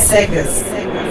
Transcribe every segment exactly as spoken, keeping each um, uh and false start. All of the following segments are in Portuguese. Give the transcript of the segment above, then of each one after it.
cegas.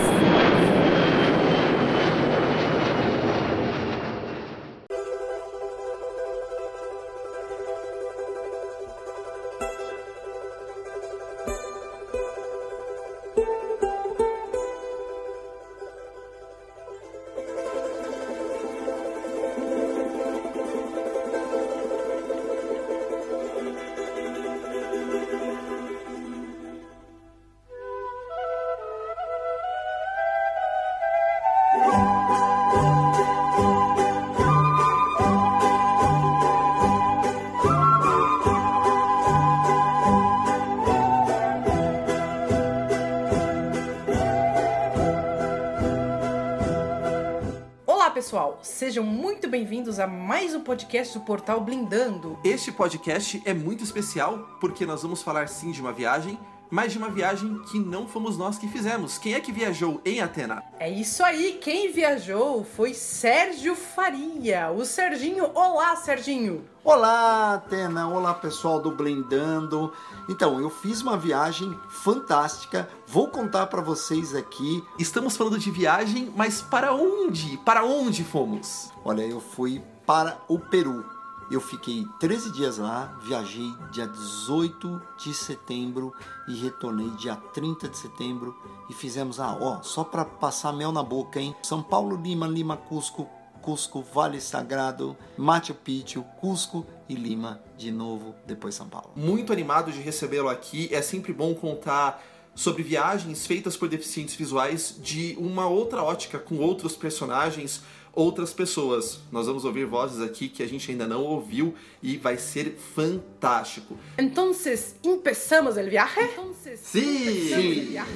Pessoal, sejam muito bem-vindos a mais um podcast do Portal Blindando. Este podcast é muito especial porque nós vamos falar sim de uma viagem, mas de uma viagem que não fomos nós que fizemos. Quem é que viajou em Atena? É isso aí, quem viajou foi Sérgio Faria, o Serginho. Olá, Serginho! Olá, Atena! Olá, pessoal do Blindando. Então, eu fiz uma viagem fantástica, vou contar para vocês aqui. Estamos falando de viagem, mas para onde? Para onde fomos? Olha, eu fui para o Peru. Eu fiquei treze dias lá, viajei dia dezoito de setembro e retornei dia trinta de setembro e fizemos, ah, ó, só para passar mel na boca, hein? São Paulo, Lima, Lima, Cusco, Cusco, Vale Sagrado, Machu Picchu, Cusco e Lima de novo, depois São Paulo. Muito animado de recebê-lo aqui, é sempre bom contar sobre viagens feitas por deficientes visuais de uma outra ótica, com outros personagens, outras pessoas. Nós vamos ouvir vozes aqui que a gente ainda não ouviu e vai ser fantástico. Então, empezamos el viaje? Entonces, sim! El viaje?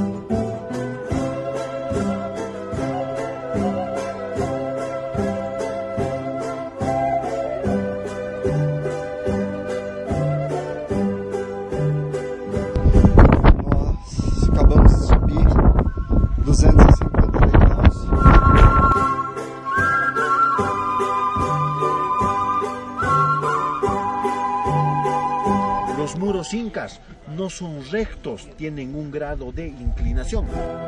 Nós acabamos de subir duzentos e cinquenta degraus. Los muros incas no son rectos, tienen un grado de inclinación.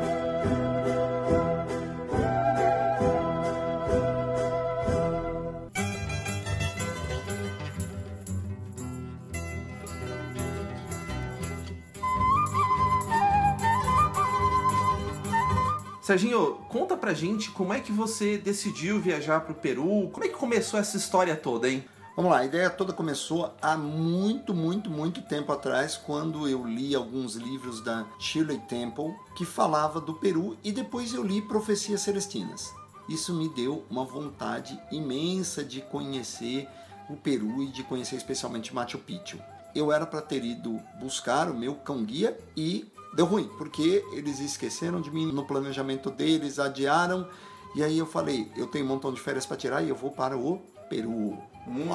Serginho, conta pra gente como é que você decidiu viajar pro Peru, como é que começou essa história toda, hein? Vamos lá, a ideia toda começou há muito, muito, muito tempo atrás, quando eu li alguns livros da Shirley Temple que falava do Peru e depois eu li Profecias Celestinas. Isso me deu uma vontade imensa de conhecer o Peru e de conhecer especialmente Machu Picchu. Eu era para ter ido buscar o meu cão-guia e deu ruim, porque eles esqueceram de mim no planejamento deles, adiaram, e aí eu falei, eu tenho um montão de férias para tirar e eu vou para o Peru. Hum.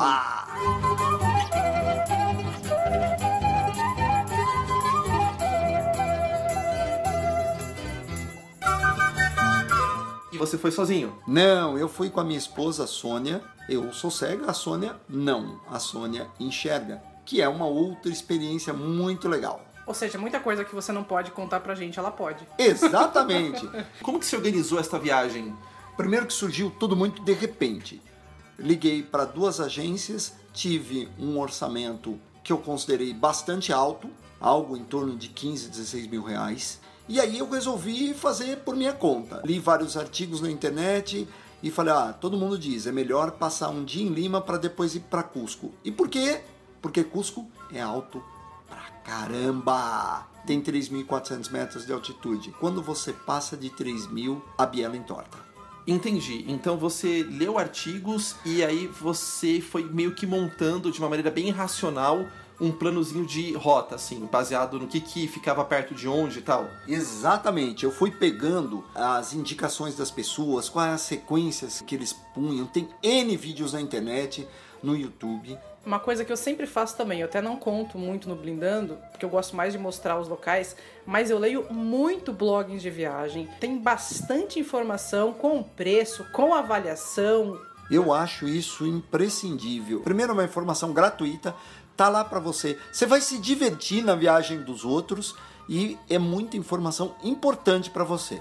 E você foi sozinho? Não, eu fui com a minha esposa, a Sônia. Eu sou cega, a Sônia não. A Sônia enxerga, que é uma outra experiência muito legal. Ou seja, muita coisa que você não pode contar pra gente, ela pode. Exatamente. Como que se organizou esta viagem? Primeiro que surgiu tudo muito de repente. Liguei para duas agências, tive um orçamento que eu considerei bastante alto, algo em torno de quinze, dezesseis mil reais. E aí eu resolvi fazer por minha conta. Li vários artigos na internet e falei, ah, todo mundo diz, é melhor passar um dia em Lima para depois ir para Cusco. E por quê? Porque Cusco é alto pra caramba! Tem três mil e quatrocentos metros de altitude. Quando você passa de três mil, a biela entorta. Entendi. Então você leu artigos e aí você foi meio que montando de uma maneira bem racional um planozinho de rota, assim, baseado no que, que ficava perto de onde e tal. Exatamente. Eu fui pegando as indicações das pessoas, quais as sequências que eles punham. Tem N vídeos na internet, no YouTube. Uma coisa que eu sempre faço também, eu até não conto muito no Blindando, porque eu gosto mais de mostrar os locais, mas eu leio muito blogs de viagem, tem bastante informação com preço, com avaliação. Eu acho isso imprescindível. Primeiro, uma informação gratuita tá lá para você. Você vai se divertir na viagem dos outros e é muita informação importante para você.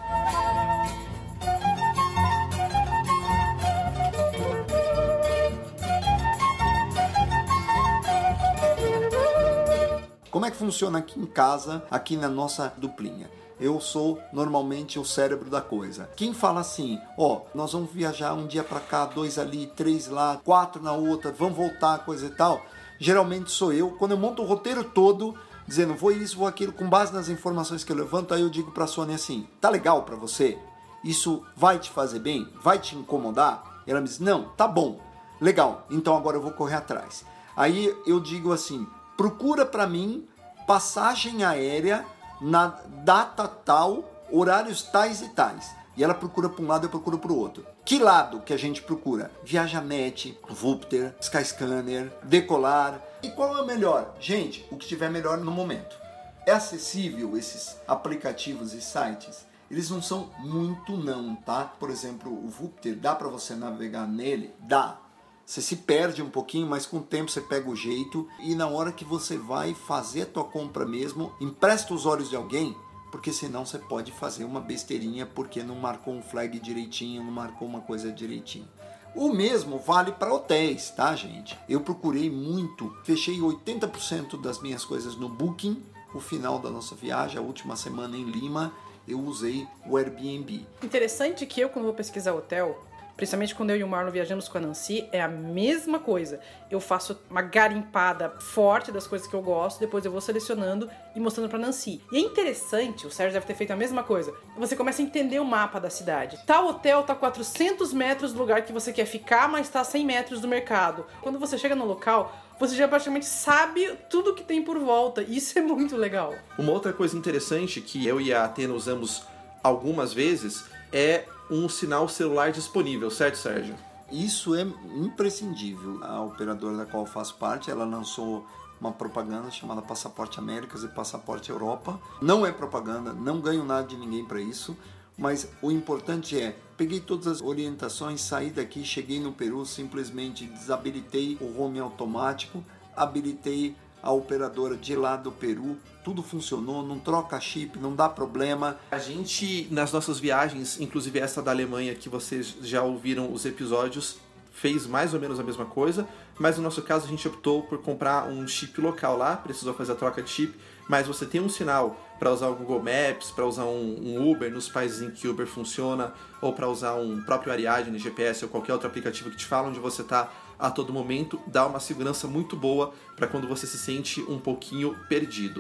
Como é que funciona aqui em casa, aqui na nossa duplinha? Eu sou normalmente o cérebro da coisa. Quem fala assim, ó, oh, nós vamos viajar um dia para cá, dois ali, três lá, quatro na outra, vamos voltar, coisa e tal, geralmente sou eu. Quando eu monto o roteiro todo, dizendo vou isso, vou aquilo, com base nas informações que eu levanto, aí eu digo para a Sônia assim, tá legal para você? Isso vai te fazer bem? Vai te incomodar? Ela me diz, não, tá bom, legal, então agora eu vou correr atrás. Aí eu digo assim, procura para mim passagem aérea na data tal, horários tais e tais. E ela procura para um lado, eu procuro para o outro. Que lado que a gente procura? Viajanet, Voopter, Skyscanner, Decolar. E qual é o melhor? Gente, o que estiver melhor no momento. É acessível esses aplicativos e sites? Eles não são muito não, tá? Por exemplo, o Voopter, dá para você navegar nele? Dá. Você se perde um pouquinho, mas com o tempo você pega o jeito e na hora que você vai fazer a tua compra mesmo, empresta os olhos de alguém, porque senão você pode fazer uma besteirinha porque não marcou um flag direitinho, não marcou uma coisa direitinho. O mesmo vale para hotéis, tá, gente? Eu procurei muito, fechei oitenta por cento das minhas coisas no Booking, o final da nossa viagem, a última semana em Lima, eu usei o Airbnb. Interessante que eu, quando vou pesquisar hotel, principalmente quando eu e o Marlon viajamos com a Nancy, é a mesma coisa. Eu faço uma garimpada forte das coisas que eu gosto, depois eu vou selecionando e mostrando pra Nancy. E é interessante, o Sérgio deve ter feito a mesma coisa, você começa a entender o mapa da cidade. Tal hotel tá a quatrocentos metros do lugar que você quer ficar, mas tá a cem metros do mercado. Quando você chega no local, você já praticamente sabe tudo que tem por volta. Isso é muito legal. Uma outra coisa interessante que eu e a Atena usamos algumas vezes é um sinal celular disponível, certo, Sérgio? Isso é imprescindível. A operadora da qual eu faço parte, ela lançou uma propaganda chamada Passaporte Américas e Passaporte Europa. Não é propaganda, não ganho nada de ninguém para isso, mas o importante é, peguei todas as orientações, saí daqui, cheguei no Peru, simplesmente desabilitei o home automático, habilitei a operadora de lá do Peru, tudo funcionou, não troca chip, não dá problema. A gente, nas nossas viagens, inclusive essa da Alemanha, que vocês já ouviram os episódios, fez mais ou menos a mesma coisa, mas no nosso caso a gente optou por comprar um chip local lá, precisou fazer a troca de chip, mas você tem um sinal para usar o Google Maps, para usar um, um Uber nos países em que Uber funciona, ou para usar um próprio Ariadne, G P S ou qualquer outro aplicativo que te fala onde você está a todo momento, dá uma segurança muito boa para quando você se sente um pouquinho perdido.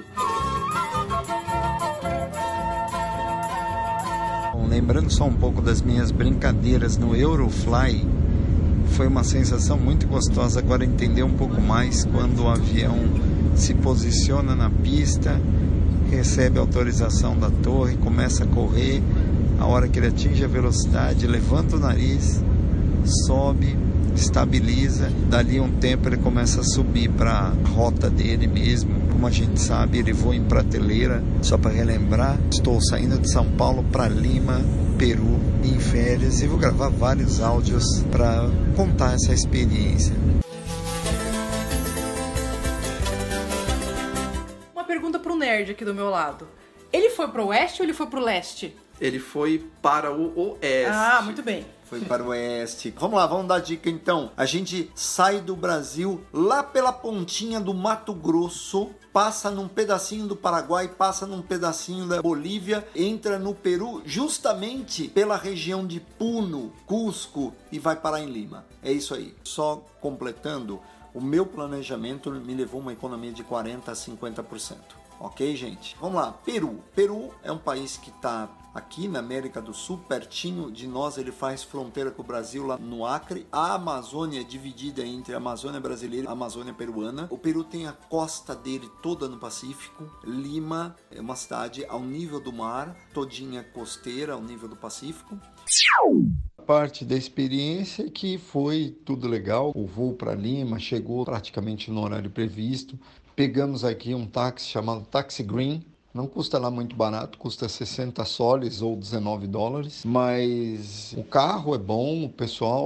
Bom, lembrando só um pouco das minhas brincadeiras no Eurofly, foi uma sensação muito gostosa agora entender um pouco mais quando o avião se posiciona na pista, recebe autorização da torre, começa a correr, a hora que ele atinge a velocidade, levanta o nariz, sobe, estabiliza, dali um tempo ele começa a subir para a rota dele mesmo. Como a gente sabe, ele voa em prateleira. Só para relembrar, estou saindo de São Paulo para Lima, Peru, em férias, e vou gravar vários áudios para contar essa experiência. Uma pergunta pro nerd aqui do meu lado. Ele foi pro oeste ou ele foi pro leste? Ele foi para o oeste. Ah, muito bem. Foi para o oeste. Vamos lá, vamos dar dica então. A gente sai do Brasil lá pela pontinha do Mato Grosso, passa num pedacinho do Paraguai, passa num pedacinho da Bolívia, entra no Peru justamente pela região de Puno, Cusco e vai parar em Lima. É isso aí. Só completando, o meu planejamento me levou uma economia de quarenta a cinquenta por cento. Ok, gente? Vamos lá. Peru. Peru é um país que está aqui na América do Sul, pertinho de nós. Ele faz fronteira com o Brasil lá no Acre. A Amazônia é dividida entre a Amazônia brasileira e a Amazônia peruana. O Peru tem a costa dele toda no Pacífico. Lima é uma cidade ao nível do mar, todinha costeira ao nível do Pacífico. Parte da experiência é que foi tudo legal. O voo para Lima chegou praticamente no horário previsto. Pegamos aqui um táxi chamado Taxi Green. Não custa lá muito barato, custa sessenta soles ou dezenove dólares. Mas o carro é bom, o pessoal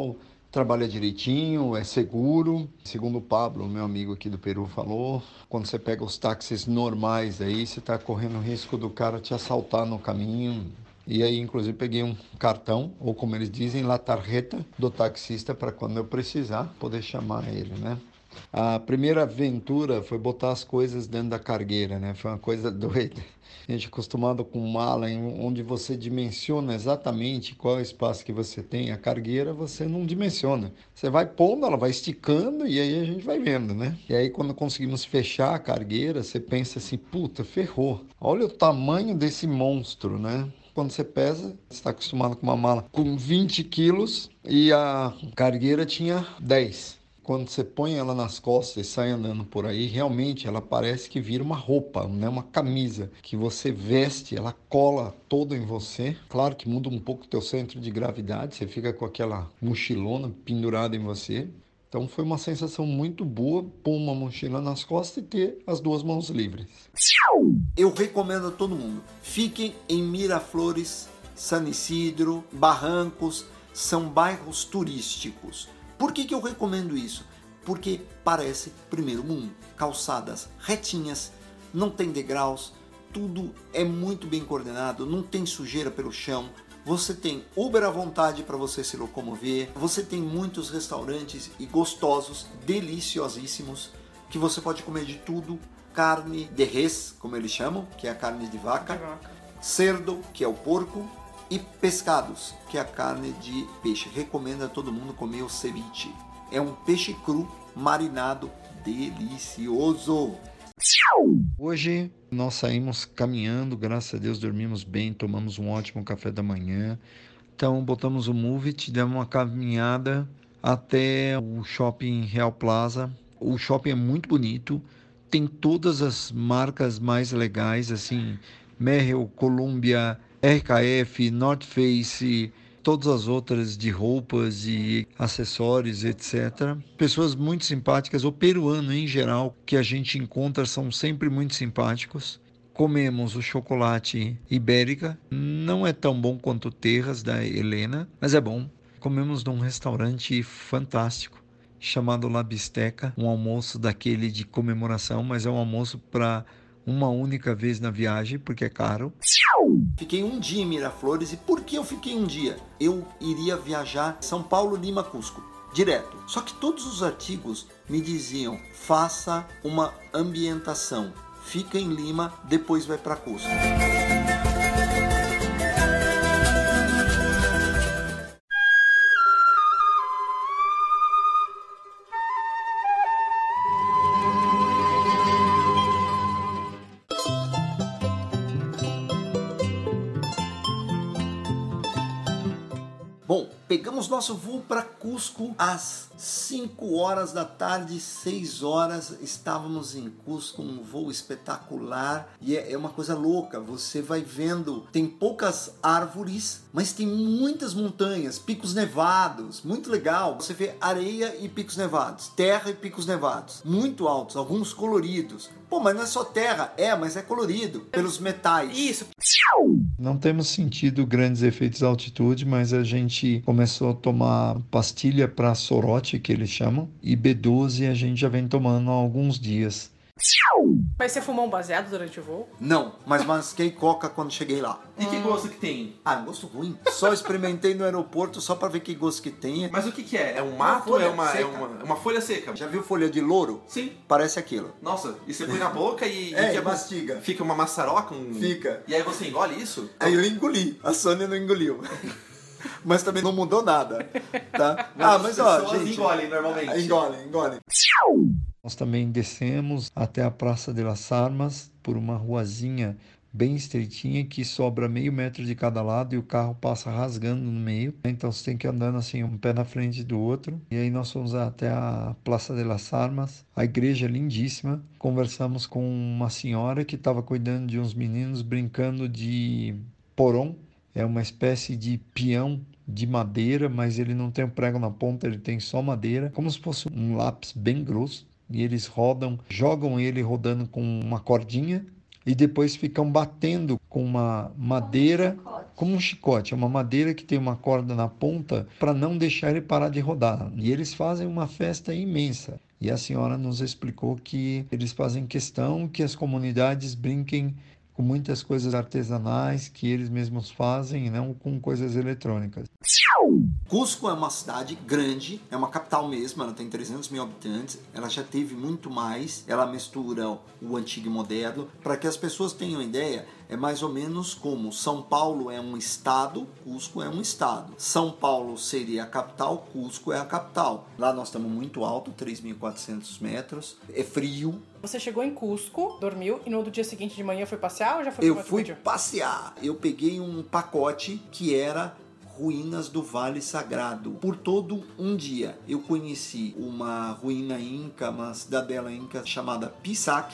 trabalha direitinho, é seguro. Segundo o Pablo, meu amigo aqui do Peru, falou, quando você pega os táxis normais aí, você está correndo o risco do cara te assaltar no caminho. E aí, inclusive, peguei um cartão, ou como eles dizem, la tarjeta do taxista, para quando eu precisar, poder chamar ele, né? A primeira aventura foi botar as coisas dentro da cargueira, né? Foi uma coisa doida. A gente é acostumado com mala onde você dimensiona exatamente qual é o espaço que você tem. A cargueira você não dimensiona. Você vai pondo, ela vai esticando e aí a gente vai vendo, né? E aí quando conseguimos fechar a cargueira, você pensa assim, puta, ferrou. Olha o tamanho desse monstro, né? Quando você pesa, você está acostumado com uma mala com vinte quilos e a cargueira tinha dez. Quando você põe ela nas costas e sai andando por aí, realmente ela parece que vira uma roupa, né? Uma camisa que você veste, ela cola toda em você. Claro que muda um pouco o teu centro de gravidade, você fica com aquela mochilona pendurada em você. Então foi uma sensação muito boa pôr uma mochila nas costas e ter as duas mãos livres. Eu recomendo a todo mundo. Fiquem em Miraflores, San Isidro, Barrancos, são bairros turísticos. Por que que eu recomendo isso? Porque parece primeiro mundo. Calçadas retinhas, não tem degraus, tudo é muito bem coordenado, não tem sujeira pelo chão. Você tem Uber à vontade para você se locomover. Você tem muitos restaurantes e gostosos, deliciosíssimos, que você pode comer de tudo. Carne de res, como eles chamam, que é a carne de vaca. De vaca. Cerdo, que é o porco. E pescados, que é a carne de peixe. Recomendo a todo mundo comer o ceviche. É um peixe cru marinado delicioso. Hoje nós saímos caminhando, graças a Deus dormimos bem, tomamos um ótimo café da manhã. Então botamos o Movit, demos uma caminhada até o shopping Real Plaza. O shopping é muito bonito, tem todas as marcas mais legais, assim, Merrell, Columbia, R K F, North Face, todas as outras de roupas e acessórios, etcétera. Pessoas muito simpáticas, o peruano em geral que a gente encontra são sempre muito simpáticos. Comemos o chocolate Ibérica, não é tão bom quanto o Terras da Helena, mas é bom. Comemos num restaurante fantástico chamado La Bisteca, um almoço daquele de comemoração, mas é um almoço para uma única vez na viagem, porque é caro. Fiquei um dia em Miraflores. E por que eu fiquei um dia? Eu iria viajar São Paulo, Lima, Cusco, direto. Só que todos os artigos me diziam, faça uma ambientação. Fica em Lima, depois vai para Cusco. Bom, pegamos nosso voo para Cusco às cinco horas da tarde, seis horas, estávamos em Cusco, um voo espetacular e é, é uma coisa louca, você vai vendo, tem poucas árvores, mas tem muitas montanhas, picos nevados, muito legal, você vê areia e picos nevados, terra e picos nevados, muito altos, alguns coloridos. Pô, mas não é só terra, é, mas é colorido, pelos metais. Isso. Não temos sentido grandes efeitos de altitude, mas a gente começou a tomar pastilha para sorote, que eles chamam, e B doze a gente já vem tomando há alguns dias. Mas você fumou um baseado durante o voo? Não, mas masquei coca quando cheguei lá. E que gosto que tem? Ah, gosto ruim. Só experimentei no aeroporto só pra ver que gosto que tem. Mas o que que é? É um mato ou é uma, é uma, é uma folha seca? Já viu folha de louro? Sim. Parece aquilo. Nossa, e você põe na boca e... É, e e mastiga. Fica uma maçaroca? Um... Fica. E aí você engole isso? Aí eu engoli. A Sônia não engoliu. Mas também não mudou nada, tá? Mas ah, mas ó, gente... engolem normalmente. Engolem, engolem. Nós também descemos até a Praça de las Armas por uma ruazinha bem estreitinha que sobra meio metro de cada lado e o carro passa rasgando no meio. Então você tem que ir andando assim um pé na frente do outro. E aí nós fomos até a Praça de las Armas, a igreja lindíssima. Conversamos com uma senhora que estava cuidando de uns meninos brincando de porão. É uma espécie de peão de madeira, mas ele não tem um prego na ponta, ele tem só madeira, como se fosse um lápis bem grosso. E eles rodam, jogam ele rodando com uma cordinha e depois ficam batendo com uma madeira como um chicote, é uma madeira que tem uma corda na ponta para não deixar ele parar de rodar. E eles fazem uma festa imensa. E a senhora nos explicou que eles fazem questão que as comunidades brinquem com muitas coisas artesanais que eles mesmos fazem, não com coisas eletrônicas. Cusco é uma cidade grande, é uma capital mesmo, ela tem trezentos mil habitantes, ela já teve muito mais, ela mistura o antigo e o moderno. Para que as pessoas tenham ideia, é mais ou menos como São Paulo é um estado, Cusco é um estado. São Paulo seria a capital, Cusco é a capital. Lá nós estamos muito alto, três mil e quatrocentos metros, é frio. Você chegou em Cusco, dormiu e no outro dia seguinte de manhã foi passear ou já foi Eu pro Machu fui Picchu? passear, eu peguei um pacote que era ruínas do Vale Sagrado. Por todo um dia eu conheci uma ruína inca, uma cidadela inca chamada Pisac.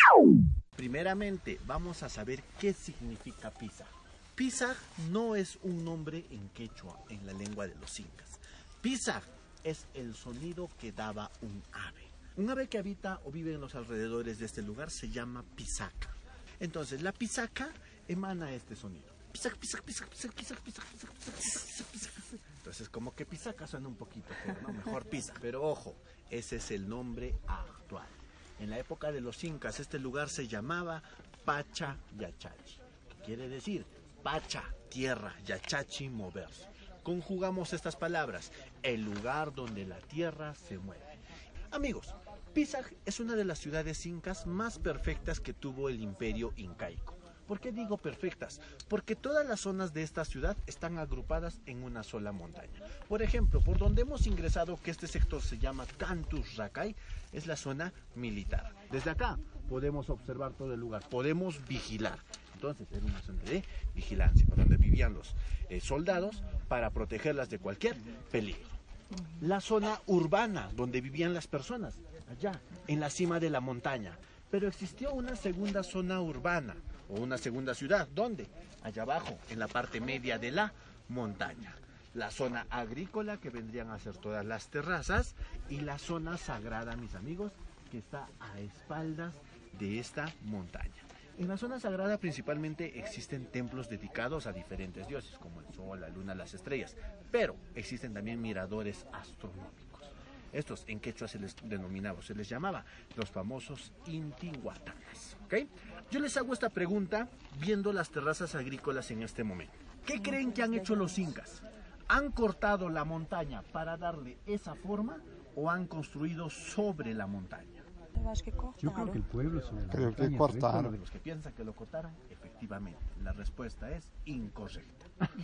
Primeramente, vamos a saber qué significa Pisac. Pisac no es un nombre en quechua, en la lengua de los incas. Pisac es el sonido que daba un ave. Un ave que habita o vive en los alrededores de este lugar se llama pisaca. Entonces, la pisaca emana este sonido. Pisac, pisac, pisac, pisac, pisac, pisac, pisac, pisac, pisac. Entonces, como que pisaca suena un poquito feo, ¿no? Mejor pisac. Pero ojo, ese es el nombre actual. En la época de los incas, este lugar se llamaba Pacha Yachachi. ¿Qué quiere decir? Pacha, tierra, Yachachi, moverse. Conjugamos estas palabras, el lugar donde la tierra se mueve. Amigos, Pisac es una de las ciudades incas más perfectas que tuvo el imperio incaico. ¿Por qué digo perfectas? Porque todas las zonas de esta ciudad están agrupadas en una sola montaña. Por ejemplo, por donde hemos ingresado, que este sector se llama Cantus Racay, es la zona militar. Desde acá podemos observar todo el lugar, podemos vigilar. Entonces era una zona de vigilancia, donde vivían los eh, soldados para protegerlas de cualquier peligro. La zona urbana, donde vivían las personas, allá, en la cima de la montaña. Pero existió una segunda zona urbana, o una segunda ciudad, ¿dónde? Allá abajo, en la parte media de la montaña. La zona agrícola, que vendrían a ser todas las terrazas, y la zona sagrada, mis amigos, que está a espaldas de esta montaña. En la zona sagrada principalmente existen templos dedicados a diferentes dioses, como el sol, la luna, las estrellas, pero existen también miradores astronómicos. Estos en quechua se les denominaba, se les llamaba los famosos intihuatanas, ¿ok? Yo les hago esta pregunta viendo las terrazas agrícolas en este momento. ¿Qué creen que han hecho los incas? ¿Han cortado la montaña para darle esa forma o han construido sobre la montaña? Yo creo que el pueblo sobre la Creo que montaña, cortaron. De los que piensan que lo cortaron, efectivamente, la respuesta es incorrecta.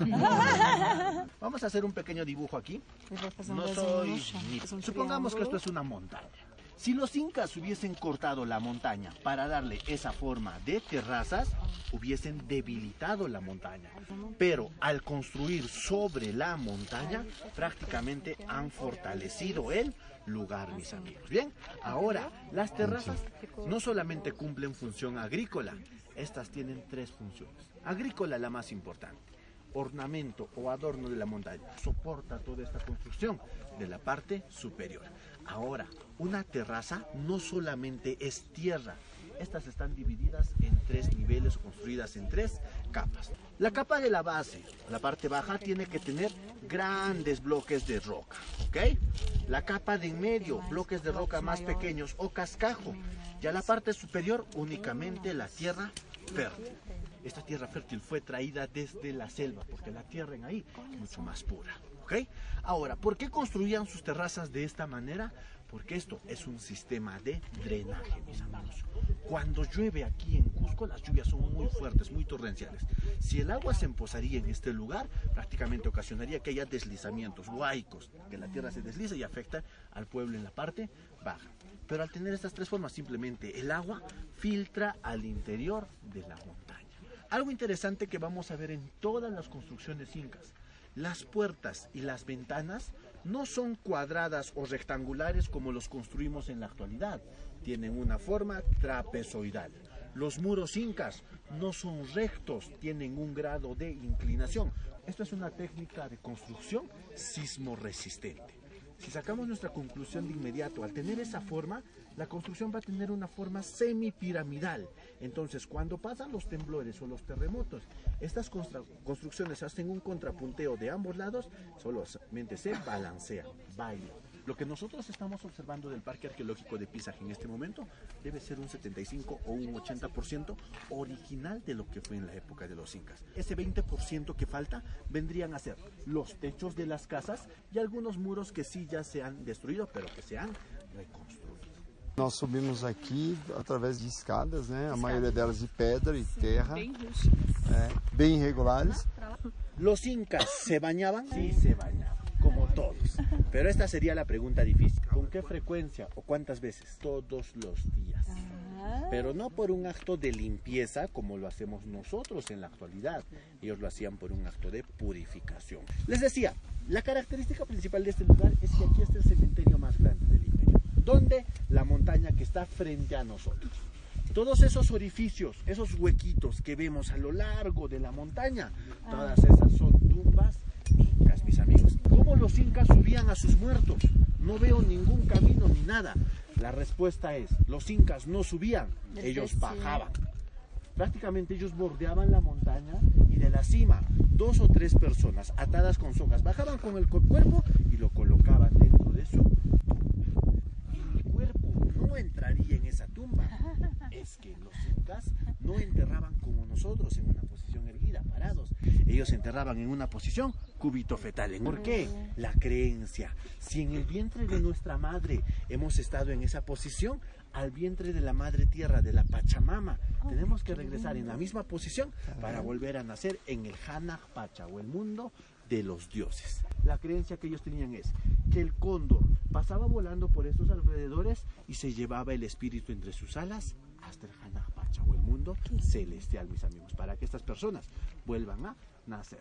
Vamos a hacer un pequeño dibujo aquí. No soy ni... Supongamos que esto es una montaña. Si los incas hubiesen cortado la montaña para darle esa forma de terrazas, hubiesen debilitado la montaña. Pero al construir sobre la montaña, prácticamente han fortalecido el lugar, mis amigos. Bien, ahora las terrazas no solamente cumplen función agrícola, estas tienen tres funciones. Agrícola, la más importante. Ornamento o adorno de la montaña, soporta toda esta construcción de la parte superior. Ahora, una terraza no solamente es tierra, estas están divididas en tres niveles, construidas en tres capas. La capa de la base, la parte baja, tiene que tener grandes bloques de roca, ¿ok? La capa de en medio, bloques de roca más pequeños o cascajo. Ya la parte superior, únicamente la tierra fértil. Esta tierra fértil fue traída desde la selva, porque la tierra en ahí es mucho más pura, ¿ok? Ahora, ¿por qué construían sus terrazas de esta manera? Porque esto es un sistema de drenaje, mis amigos. Cuando llueve aquí en Cusco, las lluvias son muy fuertes, muy torrenciales. Si el agua se empozaría en este lugar, prácticamente ocasionaría que haya deslizamientos, huaicos, que la tierra se desliza y afecta al pueblo en la parte baja. Pero al tener estas tres formas, simplemente el agua filtra al interior de la montaña. Algo interesante que vamos a ver en todas las construcciones incas. Las puertas y las ventanas no son cuadradas o rectangulares como los construimos en la actualidad. Tienen una forma trapezoidal. Los muros incas no son rectos, tienen un grado de inclinación. Esto es una técnica de construcción sismoresistente. Si sacamos nuestra conclusión de inmediato, al tener esa forma, la construcción va a tener una forma semipiramidal. Entonces, cuando pasan los temblores o los terremotos, estas construcciones hacen un contrapunteo de ambos lados, solamente se balancean, bailan. Lo que nosotros estamos observando del Parque Arqueológico de Pisac en este momento debe ser un setenta y cinco o un ochenta por ciento original de lo que fue en la época de los incas. Ese veinte por ciento que falta vendrían a ser los techos de las casas y algunos muros que sí ya se han destruido, pero que se han reconstruido. Nós subimos aqui através de escadas, né? A maioria delas de pedra e terra, Bem rústicas. é, bem irregulares. ¿Los incas se bañaban? Sí, se bañaban, como todos. Pero esta sería la pregunta difícil. ¿Con qué frecuencia o cuántas veces? Todos los días. Pero no por un acto de limpieza como lo hacemos nosotros en la actualidad. Ellos lo hacían por un acto de purificación. Les decía, la característica principal de este lugar es que aquí está el cementerio más grande del imperio. ¿Dónde? La montaña que está frente a nosotros. Todos esos orificios, esos huequitos que vemos a lo largo de la montaña, todas esas son tumbas incas, mis amigos. ¿Cómo los incas subían a sus muertos? No veo ningún camino ni nada. La respuesta es, los incas no subían, ellos bajaban. Prácticamente ellos bordeaban la montaña y de la cima, dos o tres personas atadas con sogas bajaban con el cuerpo y lo colocaban dentro de su tumba. Y mi cuerpo no entraría en esa tumba. Es que los incas no enterraban como nosotros en una posición erguida, parados. Ellos enterraban en una posición cúbito-fetal. ¿Por qué? La creencia. Si en el vientre de nuestra madre hemos estado en esa posición, al vientre de la madre tierra, de la Pachamama, tenemos que regresar en la misma posición para volver a nacer en el Hanaj Pacha, o el mundo de los dioses. La creencia que ellos tenían es que el cóndor pasaba volando por estos alrededores y se llevaba el espíritu entre sus alas hasta el Hanaj Pacha, o el mundo celestial, mis amigos, para que estas personas vuelvan a nacer.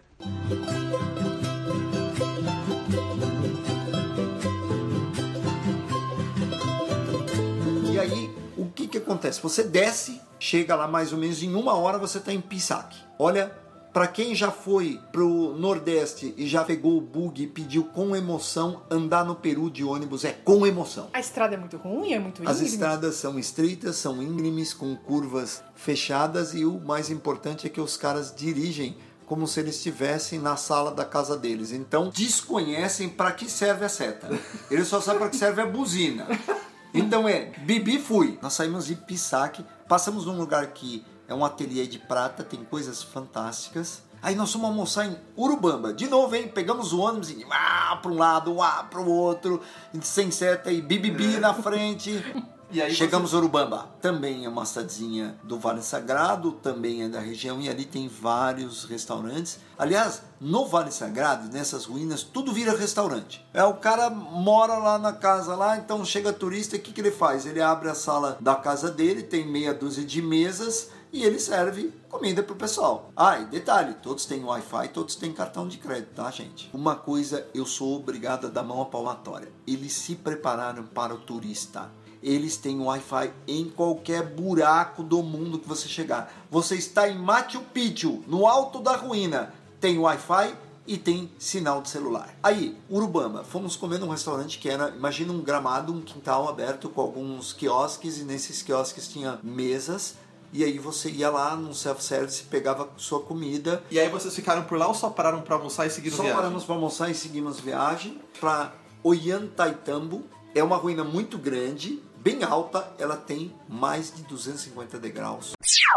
E aí, o que que acontece? Você desce, chega lá mais ou menos em uma hora, você está em Pisac. Olha, para quem já foi pro Nordeste e já pegou o bug e pediu com emoção, andar no Peru de ônibus é com emoção. A estrada é muito ruim, é muito íngreme? As estradas são estreitas, são íngremes, com curvas fechadas, e o mais importante é que os caras dirigem como se eles estivessem na sala da casa deles. Então, desconhecem para que serve a seta. Eles só sabem para que serve a buzina. Então é, Bibi fui. Nós saímos de Pisac, passamos num lugar que é um ateliê de prata, tem coisas fantásticas. Aí nós fomos almoçar em Urubamba. De novo, hein? Pegamos o ônibus e ah, para um lado, ah, para o outro, sem seta e bibibi na frente. E aí chegamos a você... Urubamba. Também é uma cidadezinha do Vale Sagrado, também é da região, e ali tem vários restaurantes. Aliás, no Vale Sagrado, nessas ruínas, tudo vira restaurante. É, o cara mora lá na casa, lá, então chega turista, o que, que ele faz? Ele abre a sala da casa dele, tem meia dúzia de mesas, e ele serve comida pro pessoal. Ah, e detalhe, todos têm Wi-Fi, todos têm cartão de crédito, tá, gente? Uma coisa, eu sou obrigado a dar mão à palmatória. Eles se prepararam para o turista. Eles têm Wi-Fi em qualquer buraco do mundo que você chegar. Você está em Machu Picchu, no alto da ruína, tem Wi-Fi e tem sinal de celular. Aí, Urubamba, fomos comer num restaurante que era, imagina um gramado, um quintal aberto com alguns quiosques, e nesses quiosques tinha mesas. E aí você ia lá num self-service, pegava sua comida. E aí vocês ficaram por lá ou só pararam para almoçar e seguiram só viagem? Só paramos para almoçar e seguimos viagem para Ollantaytambo. É uma ruína muito grande, bem alta, ela tem mais de duzentos e cinquenta degraus.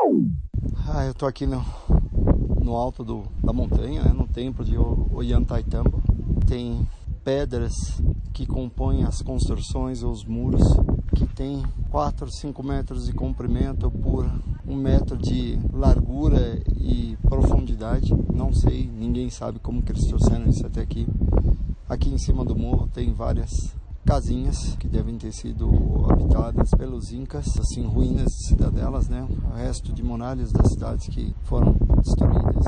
Ah, eu tô aqui no, no alto do, da montanha, né, no templo de Ollantaytambo. Tem pedras que compõem as construções, os muros, que tem quatro, cinco metros de comprimento por um metro de largura e profundidade. Não sei, ninguém sabe como que eles trouxeram isso até aqui. Aqui em cima do morro tem várias casinhas que devem ter sido habitadas pelos incas, assim, ruínas de cidadelas, né? O resto de muralhas das cidades que foram destruídas.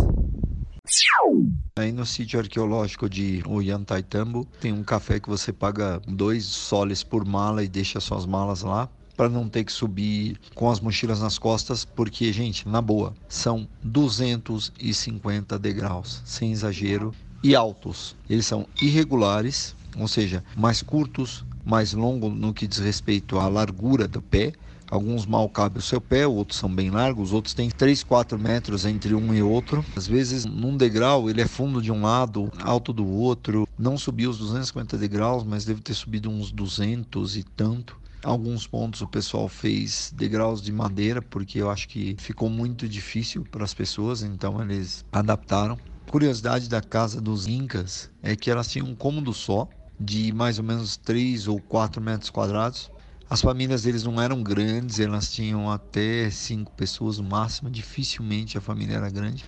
Aí no sítio arqueológico de Ollantaytambo tem um café que você paga dois soles por mala e deixa suas malas lá, para não ter que subir com as mochilas nas costas, porque, gente, na boa, são duzentos e cinquenta degraus, sem exagero, e altos. Eles são irregulares, ou seja, mais curtos, mais longos no que diz respeito à largura do pé. Alguns mal cabem o seu pé, outros são bem largos, outros têm três, quatro metros entre um e outro. Às vezes, num degrau, ele é fundo de um lado, alto do outro. Não subiu os duzentos e cinquenta degraus, mas deve ter subido uns duzentos e tanto. Alguns pontos o pessoal fez degraus de madeira, porque eu acho que ficou muito difícil para as pessoas, então eles adaptaram. Curiosidade da casa dos Incas é que elas tinham um cômodo só, de mais ou menos três ou quatro metros quadrados. As famílias deles não eram grandes, elas tinham até cinco pessoas no máximo, dificilmente a família era grande.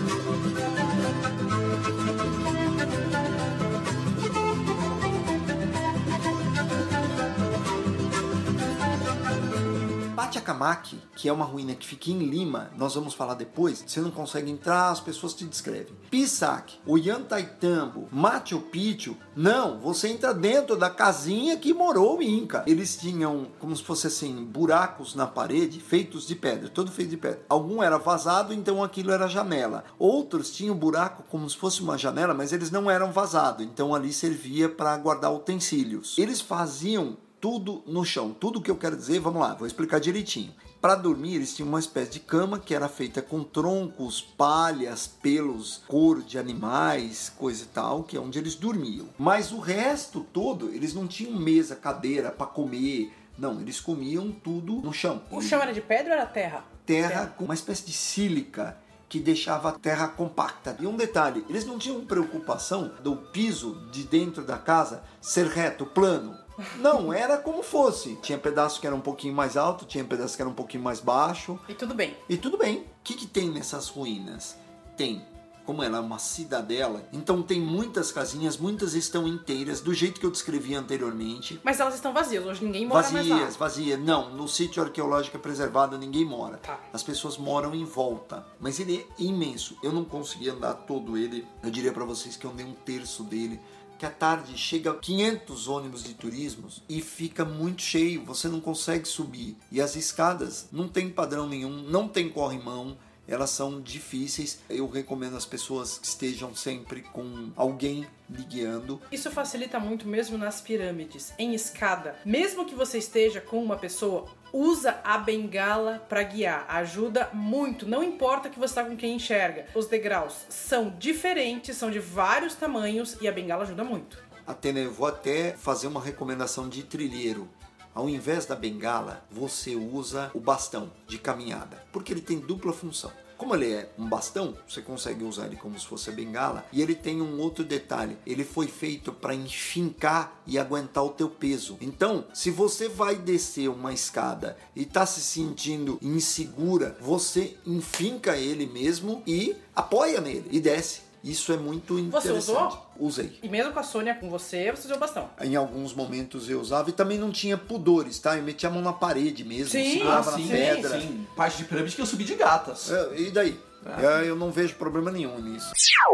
Pachacamac, que é uma ruína que fica em Lima, nós vamos falar depois, você não consegue entrar, as pessoas te descrevem. Pisac, Ollantaytambo, Machu Picchu, não, você entra dentro da casinha que morou o Inca. Eles tinham, como se fosse assim, buracos na parede, feitos de pedra, todo feito de pedra. Algum era vazado, então aquilo era janela. Outros tinham buraco como se fosse uma janela, mas eles não eram vazados, então ali servia para guardar utensílios. Eles faziam tudo no chão. Tudo que eu quero dizer, vamos lá, vou explicar direitinho. Para dormir, eles tinham uma espécie de cama que era feita com troncos, palhas, pelos, couro de animais, coisa e tal, que é onde eles dormiam. Mas o resto todo, eles não tinham mesa, cadeira para comer. Não, eles comiam tudo no chão. O chão era de pedra ou era terra? Terra, terra. com uma espécie de sílica que deixava a terra compacta. E um detalhe, eles não tinham preocupação do piso de dentro da casa ser reto, plano. Não, era como fosse. Tinha pedaços que eram um pouquinho mais alto, tinha pedaços que eram um pouquinho mais baixo. E tudo bem. E tudo bem. O que, que tem nessas ruínas? Tem, como ela é uma cidadela, então tem muitas casinhas, muitas estão inteiras, do jeito que eu descrevi anteriormente. Mas elas estão vazias, hoje ninguém mora vazias, mais lá. Vazias, vazias. Não, no sítio arqueológico preservado ninguém mora. Tá. As pessoas moram em volta. Mas ele é imenso. Eu não consegui andar todo ele. Eu diria para vocês que eu andei um terço dele. Que à tarde chega quinhentos ônibus de turismo e fica muito cheio, você não consegue subir. E as escadas não tem padrão nenhum, não tem corrimão, elas são difíceis. Eu recomendo às pessoas que estejam sempre com alguém lhe guiando. Isso facilita muito mesmo nas pirâmides, em escada. Mesmo que você esteja com uma pessoa, usa a bengala para guiar, ajuda muito, não importa que você está com quem enxerga. Os degraus são diferentes, são de vários tamanhos e a bengala ajuda muito. Atena, eu vou até fazer uma recomendação de trilheiro. Ao invés da bengala, você usa o bastão de caminhada, porque ele tem dupla função. Como ele é um bastão, você consegue usar ele como se fosse a bengala. E ele tem um outro detalhe. Ele foi feito para enfincar e aguentar o teu peso. Então, se você vai descer uma escada e está se sentindo insegura, você enfinca ele mesmo e apoia nele e desce. Isso é muito interessante. Você usou? Usei. E mesmo com a Sônia, com você, você usou o bastão? Em alguns momentos eu usava e também não tinha pudores, tá? Eu metia a mão na parede mesmo, sim, segurava sim, na pedra. Sim, parte de pirâmide que eu subi de gatas. É, e daí? É. Eu não vejo problema nenhum nisso.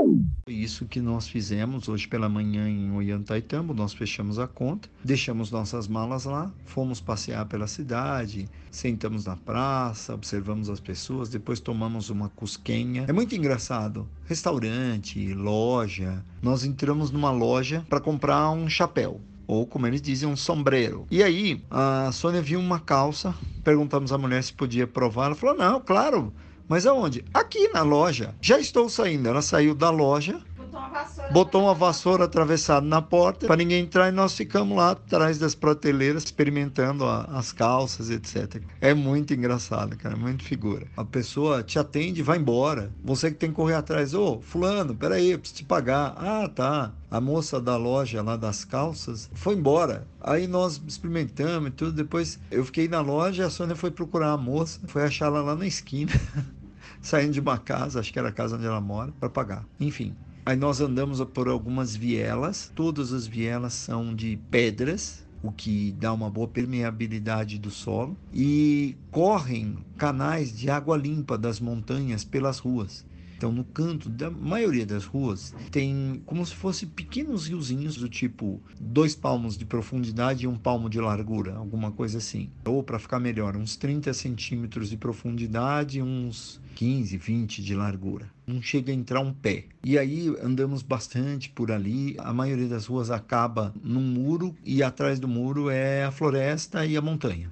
Isso que nós fizemos hoje pela manhã em Ollantaytambo, nós fechamos a conta, deixamos nossas malas lá, fomos passear pela cidade, sentamos na praça, observamos as pessoas, depois tomamos uma cusquenha. É muito engraçado, restaurante, loja, nós entramos numa loja para comprar um chapéu. Ou, como eles dizem, um sombreiro. E aí, a Sônia viu uma calça, perguntamos à mulher se podia provar, ela falou, não, claro. Mas aonde? Aqui na loja. Já estou saindo. Ela saiu da loja, botou uma vassoura, botou uma vassoura atravessada na porta para ninguém entrar e nós ficamos lá atrás das prateleiras experimentando a, as calças, etcétera. É muito engraçado, cara, muito figura. A pessoa te atende e vai embora. Você que tem que correr atrás. Ô, fulano, peraí, eu preciso te pagar. Ah, tá. A moça da loja lá das calças foi embora. Aí nós experimentamos e tudo. Depois eu fiquei na loja, a Sônia foi procurar a moça, foi achar ela lá na esquina, saindo de uma casa, acho que era a casa onde ela mora, para pagar. Enfim, aí nós andamos por algumas vielas. Todas as vielas são de pedras, o que dá uma boa permeabilidade do solo. E correm canais de água limpa das montanhas pelas ruas. Então, no canto da maioria das ruas, tem como se fosse pequenos riozinhos do tipo dois palmos de profundidade e um palmo de largura, alguma coisa assim. Ou, para ficar melhor, uns trinta centímetros de profundidade e uns quinze, vinte de largura. Não chega a entrar um pé. E aí andamos bastante por ali. A maioria das ruas acaba num muro e atrás do muro é a floresta e a montanha.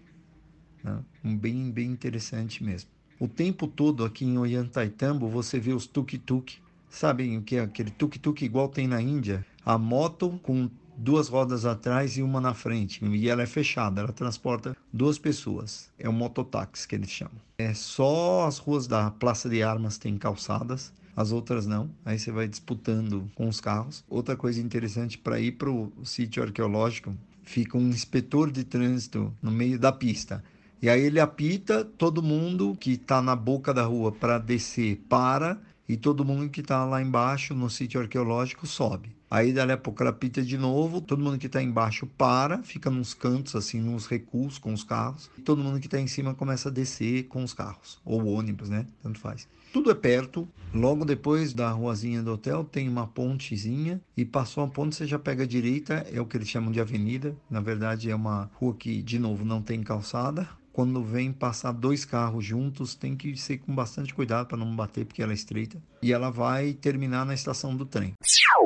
Um bem, bem interessante mesmo. O tempo todo aqui em Ollantaytambo você vê os tuk-tuk. Sabem o que é aquele tuk-tuk igual tem na Índia? A moto com duas rodas atrás e uma na frente. E ela é fechada, ela transporta duas pessoas. É um mototáxi que eles chamam. É só as ruas da Praça de Armas têm calçadas, as outras não. Aí você vai disputando com os carros. Outra coisa interessante, para ir para o sítio arqueológico, fica um inspetor de trânsito no meio da pista. E aí ele apita, todo mundo que está na boca da rua para descer para, e todo mundo que está lá embaixo no sítio arqueológico sobe. Aí dali a pouco ele apita de novo, todo mundo que está embaixo para, fica nos cantos, assim, nos recuos com os carros. E todo mundo que está em cima começa a descer com os carros, ou ônibus, né? Tanto faz. Tudo é perto. Logo depois da ruazinha do hotel tem uma pontezinha, e passou a ponte você já pega a direita, é o que eles chamam de avenida. Na verdade é uma rua que, de novo, não tem calçada. Quando vem passar dois carros juntos, tem que ser com bastante cuidado para não bater, porque ela é estreita. E ela vai terminar na estação do trem.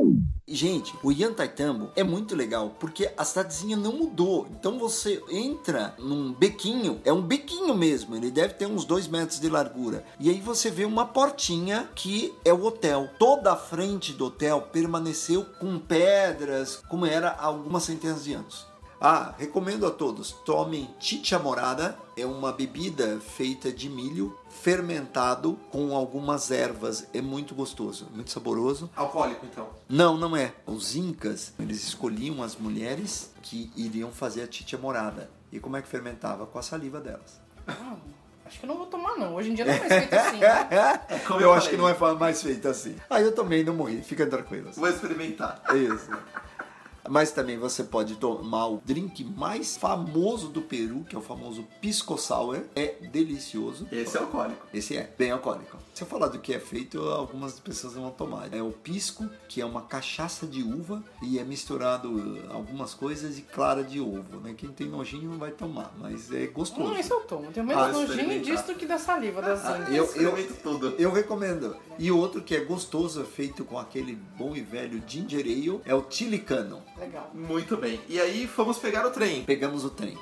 Gente, o Ollantaytambo é muito legal, porque a cidadezinha não mudou. Então você entra num bequinho, é um bequinho mesmo, ele deve ter uns dois metros de largura. E aí você vê uma portinha que é o hotel. Toda a frente do hotel permaneceu com pedras, como era há algumas centenas de anos. Ah, recomendo a todos, tomem chicha morada, é uma bebida feita de milho fermentado com algumas ervas, é muito gostoso, muito saboroso. Alcoólico, então? Não, não é. Os incas, eles escolhiam as mulheres que iriam fazer a chicha morada. E como é que fermentava? Com a saliva delas. Ah, acho que eu não vou tomar não, hoje em dia não é mais feito assim, né? eu eu acho que não é mais feito assim. Aí eu tomei e não morri, fiquem tranquilos. Vou experimentar. Isso. Mas também você pode tomar o drink mais famoso do Peru, que é o famoso Pisco Sour. É delicioso. Esse é alcoólico. Esse é, bem alcoólico. Se eu falar do que é feito, algumas pessoas não vão tomar. É o pisco, que é uma cachaça de uva e é misturado algumas coisas e clara de ovo, né? Quem tem nojinho não vai tomar, mas é gostoso. Não, isso eu tomo. Tenho menos Ah, nojinho disso do que da saliva das Ah, incas. eu, eu, tudo. eu recomendo. E outro que é gostoso, feito com aquele bom e velho ginger ale, é o Chilicano. Legal. Muito bem. E aí fomos pegar o trem. Pegamos o trem.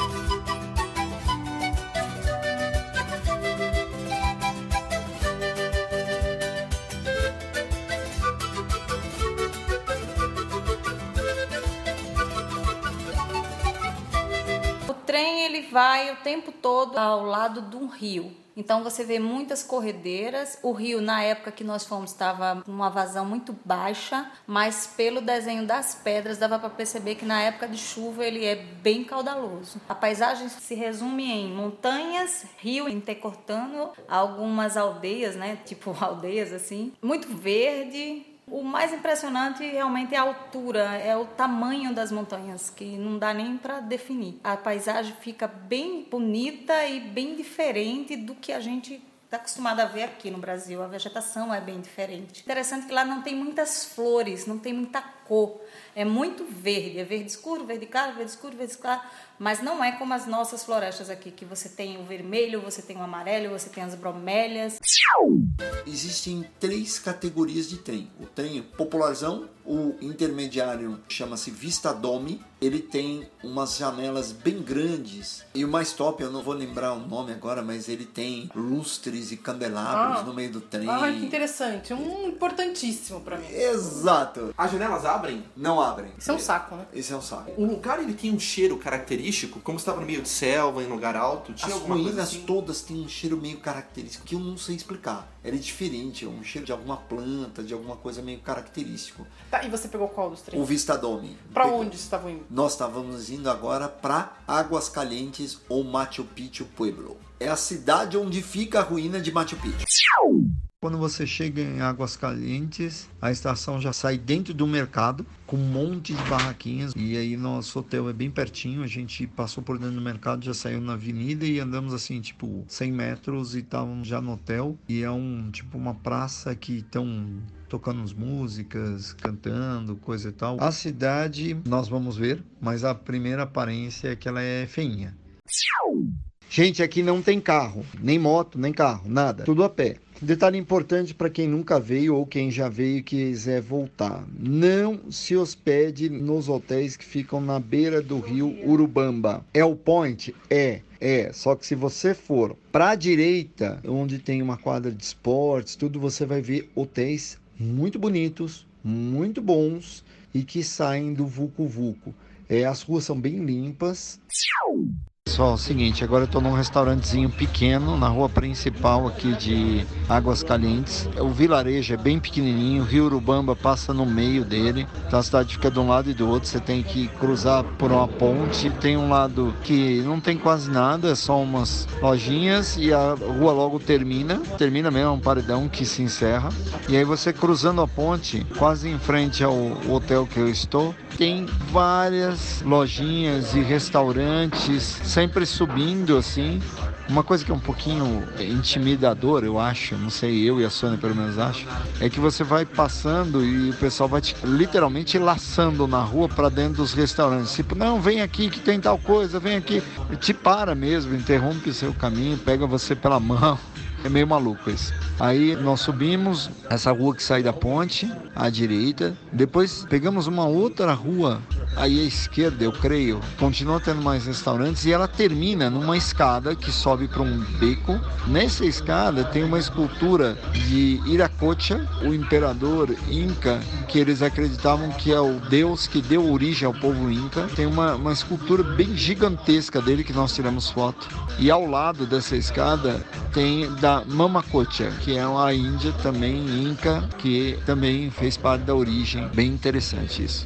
O trem ele vai o tempo todo ao lado de um rio. Então você vê muitas corredeiras. O rio, na época que nós fomos, estava com uma vazão muito baixa, mas pelo desenho das pedras dava para perceber que na época de chuva ele é bem caudaloso. A paisagem se resume em montanhas, rio intercortando algumas aldeias, né? Tipo aldeias assim, muito verde. O mais impressionante realmente é a altura, é o tamanho das montanhas, que não dá nem para definir. A paisagem fica bem bonita e bem diferente do que a gente está acostumado a ver aqui no Brasil. A vegetação é bem diferente. Interessante que lá não tem muitas flores, não tem muita cor. É muito verde, é verde escuro, verde claro, verde escuro, verde claro, mas não é como as nossas florestas aqui, que você tem o vermelho, você tem o amarelo, você tem as bromélias. Existem três categorias de trem. O trem popularzão, o intermediário chama-se Vista Dome, ele tem umas janelas bem grandes. E o mais top, eu não vou lembrar o nome agora, mas ele tem lustres e candelabros Ah. no meio do trem. Ah, que interessante. Um importantíssimo pra mim. Exato. As janelas abrem? Não abrem. Isso é um saco, né? Esse é um saco. O lugar ele tem um cheiro característico, como estava no meio de selva, em lugar alto. Tinha As alguma coisa ruínas assim? todas têm um cheiro meio característico que eu não sei explicar. Ele é diferente, é um cheiro de alguma planta, de alguma coisa meio característico. Tá, e você pegou qual dos três? O Vista Dome. Pra Pegou. onde vocês estavam indo? Nós estávamos indo agora para Águas Calientes ou Machu Picchu Pueblo. É a cidade onde fica a ruína de Machu Picchu. Quando você chega em Aguascalientes, a estação já sai dentro do mercado, com um monte de barraquinhas. E aí nosso hotel é bem pertinho, a gente passou por dentro do mercado, já saiu na avenida e andamos assim, tipo, cem metros e estávamos já no hotel. E é um tipo uma praça que estão tocando as músicas, cantando, coisa e tal. A cidade, nós vamos ver, mas a primeira aparência é que ela é feinha. Gente, aqui não tem carro, nem moto, nem carro, nada, tudo a pé. Detalhe importante para quem nunca veio ou quem já veio e quiser voltar. Não se hospede nos hotéis que ficam na beira do rio Urubamba. É o point? É. É, só que se você for para a direita, onde tem uma quadra de esportes, tudo, você vai ver hotéis muito bonitos, muito bons e que saem do Vucu Vucu. É, as ruas são bem limpas. Pessoal, é o seguinte, agora eu estou num restaurantezinho pequeno na rua principal aqui de Aguascalientes. O vilarejo é bem pequenininho, o rio Urubamba passa no meio dele, então a cidade fica de um lado e do outro, você tem que cruzar por uma ponte. Tem um lado que não tem quase nada, é só umas lojinhas e a rua logo termina, termina mesmo, é um paredão que se encerra. E aí você cruzando a ponte, quase em frente ao hotel que eu estou, tem várias lojinhas e restaurantes, sempre subindo assim. Uma coisa que é um pouquinho intimidador, eu acho, não sei, eu e a Sônia pelo menos acho, é que você vai passando e o pessoal vai te literalmente laçando na rua para dentro dos restaurantes. Tipo, não, vem aqui que tem tal coisa, vem aqui. E te para mesmo, interrompe o seu caminho, pega você pela mão. É meio maluco isso. Aí nós subimos essa rua que sai da ponte, à direita. Depois pegamos uma outra rua, aí à esquerda, eu creio. Continua tendo mais restaurantes e ela termina numa escada que sobe para um beco. Nessa escada tem uma escultura de Iracocha, o imperador Inca, que eles acreditavam que é o deus que deu origem ao povo Inca. Tem uma, uma escultura bem gigantesca dele que nós tiramos foto. E ao lado dessa escada tem da Mamacocha, que é uma índia também Inca, que também fez parte da origem. Bem interessante isso.